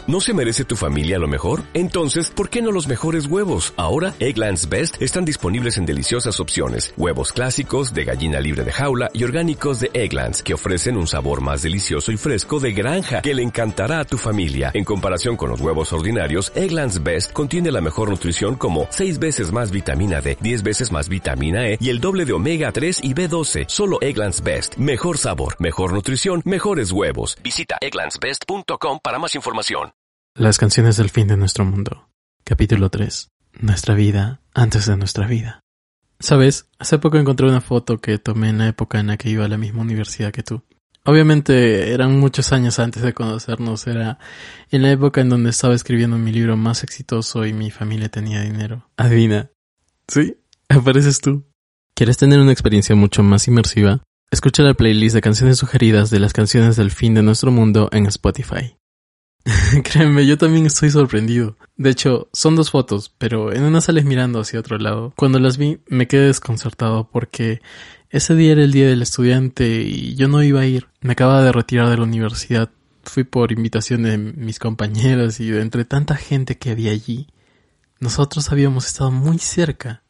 ¿No se merece tu familia lo mejor? Entonces, ¿por qué no los mejores huevos? Ahora, Eggland's Best están disponibles en deliciosas opciones. Huevos clásicos, de gallina libre de jaula y orgánicos de Eggland's, que ofrecen un sabor más delicioso y fresco de granja que le encantará a tu familia. En comparación con los huevos ordinarios, Eggland's Best contiene la mejor nutrición como 6 veces más vitamina D, 10 veces más vitamina E y el doble de omega 3 y B12. Solo Eggland's Best. Mejor sabor, mejor nutrición, mejores huevos. Visita egglandsbest.com para más información. Las canciones del fin de nuestro mundo. Capítulo 3. Nuestra vida antes de nuestra vida. ¿Sabes? Hace poco encontré una foto que tomé en la época en la que iba a la misma universidad que tú. Obviamente eran muchos años antes de conocernos. Era en la época en donde estaba escribiendo mi libro más exitoso y mi familia tenía dinero. Adivina. Sí, apareces tú. ¿Quieres tener una experiencia mucho más inmersiva? Escucha la playlist de canciones sugeridas de las canciones del fin de nuestro mundo en Spotify. Créeme, yo también estoy sorprendido. De hecho, son 2 fotos, pero en una sales mirando hacia otro lado. Cuando las vi, me quedé desconcertado porque ese día era el día del estudiante y yo no iba a ir. Me acababa de retirar de la universidad. Fui por invitación de mis compañeros y de entre tanta gente que había allí, nosotros habíamos estado muy cerca.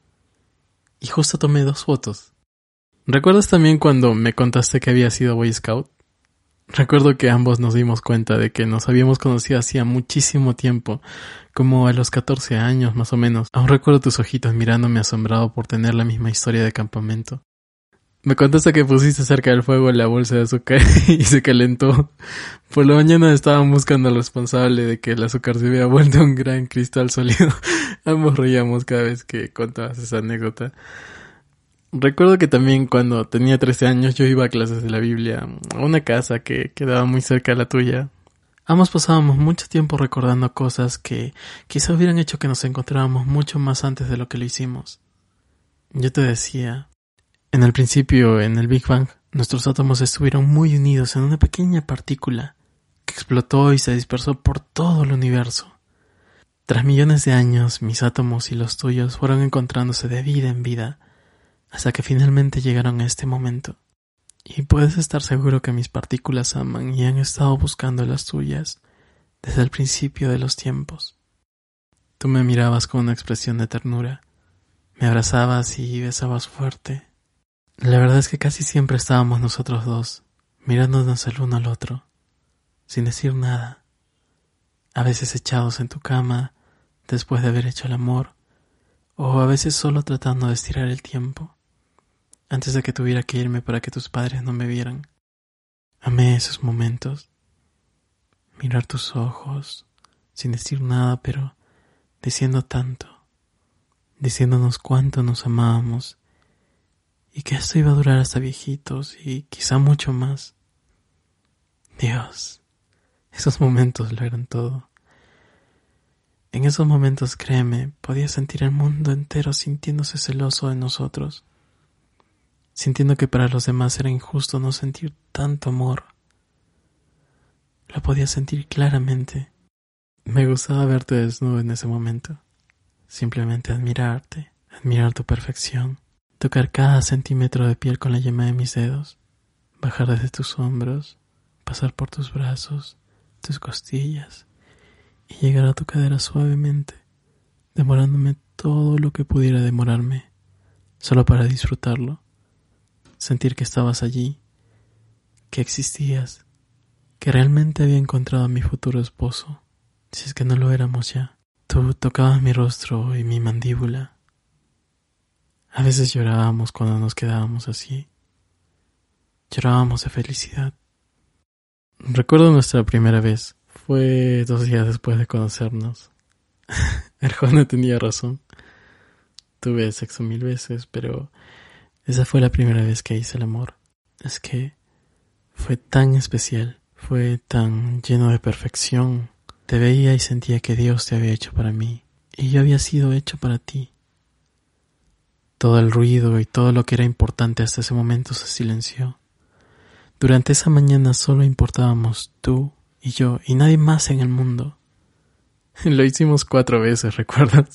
Y justo tomé 2 fotos. ¿Recuerdas también cuando me contaste que había sido Boy Scout? Recuerdo que ambos nos dimos cuenta de que nos habíamos conocido hacía muchísimo tiempo, como a los 14 años más o menos. Aún recuerdo tus ojitos mirándome asombrado por tener la misma historia de campamento. Me contaste que pusiste cerca del fuego la bolsa de azúcar y se calentó. Por la mañana estaban buscando al responsable de que el azúcar se había vuelto un gran cristal sólido. Ambos reíamos cada vez que contabas esa anécdota. Recuerdo que también cuando tenía 13 años yo iba a clases de la Biblia, a una casa que quedaba muy cerca de la tuya. Ambos pasábamos mucho tiempo recordando cosas que quizá hubieran hecho que nos encontráramos mucho más antes de lo que lo hicimos. Yo te decía, en el principio, en el Big Bang, nuestros átomos estuvieron muy unidos en una pequeña partícula que explotó y se dispersó por todo el universo. Tras millones de años, mis átomos y los tuyos fueron encontrándose de vida en vida, hasta que finalmente llegaron a este momento. Y puedes estar seguro que mis partículas aman y han estado buscando las tuyas desde el principio de los tiempos. Tú me mirabas con una expresión de ternura, me abrazabas y besabas fuerte. La verdad es que casi siempre estábamos nosotros dos, mirándonos el uno al otro, sin decir nada, a veces echados en tu cama, después de haber hecho el amor, o a veces solo tratando de estirar el tiempo, antes de que tuviera que irme para que tus padres no me vieran. Amé esos momentos. Mirar tus ojos, sin decir nada, pero diciendo tanto. Diciéndonos cuánto nos amábamos. Y que esto iba a durar hasta viejitos y quizá mucho más. Dios, esos momentos lo eran todo. En esos momentos, créeme, podía sentir el mundo entero sintiéndose celoso de nosotros. Sintiendo que para los demás era injusto no sentir tanto amor. Lo podía sentir claramente. Me gustaba verte desnudo en ese momento. Simplemente admirarte, admirar tu perfección, tocar cada centímetro de piel con la yema de mis dedos, bajar desde tus hombros, pasar por tus brazos, tus costillas y llegar a tu cadera suavemente, demorándome todo lo que pudiera demorarme, solo para disfrutarlo. Sentir que estabas allí, que existías, que realmente había encontrado a mi futuro esposo, si es que no lo éramos ya. Tú tocabas mi rostro y mi mandíbula. A veces llorábamos cuando nos quedábamos así. Llorábamos de felicidad. Recuerdo nuestra primera vez. Fue 2 días después de conocernos. Arjona tenía razón. Tuve sexo 1000 veces, pero esa fue la primera vez que hice el amor. Es que fue tan especial, fue tan lleno de perfección. Te veía y sentía que Dios te había hecho para mí, y yo había sido hecho para ti. Todo el ruido y todo lo que era importante hasta ese momento se silenció. Durante esa mañana solo importábamos tú y yo, y nadie más en el mundo. Lo hicimos 4 veces, ¿recuerdas?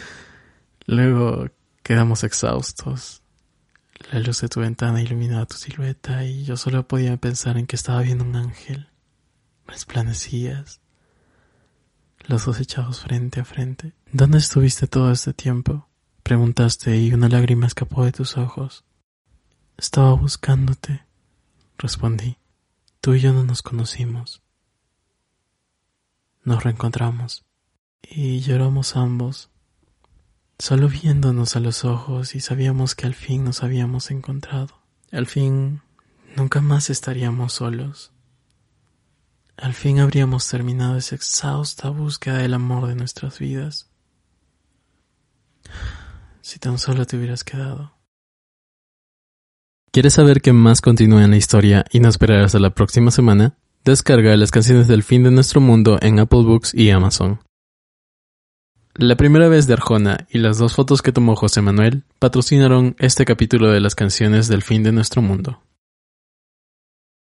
Luego quedamos exhaustos. La luz de tu ventana iluminaba tu silueta y yo solo podía pensar en que estaba viendo un ángel. Resplandecías. los dos echados frente a frente. ¿Dónde estuviste todo este tiempo? Preguntaste y una lágrima escapó de tus ojos. Estaba buscándote, respondí. Tú y yo no nos conocimos. Nos reencontramos y lloramos ambos, solo viéndonos a los ojos, y sabíamos que al fin nos habíamos encontrado. Al fin nunca más estaríamos solos. Al fin habríamos terminado esa exhausta búsqueda del amor de nuestras vidas. Si tan solo te hubieras quedado. ¿Quieres saber qué más continúa en la historia y no esperar hasta la próxima semana? Descarga Las canciones del fin de nuestro mundo en Apple Books y Amazon. La primera vez de Arjona y las 2 fotos que tomó José Manuel patrocinaron este capítulo de Las canciones del fin de nuestro mundo.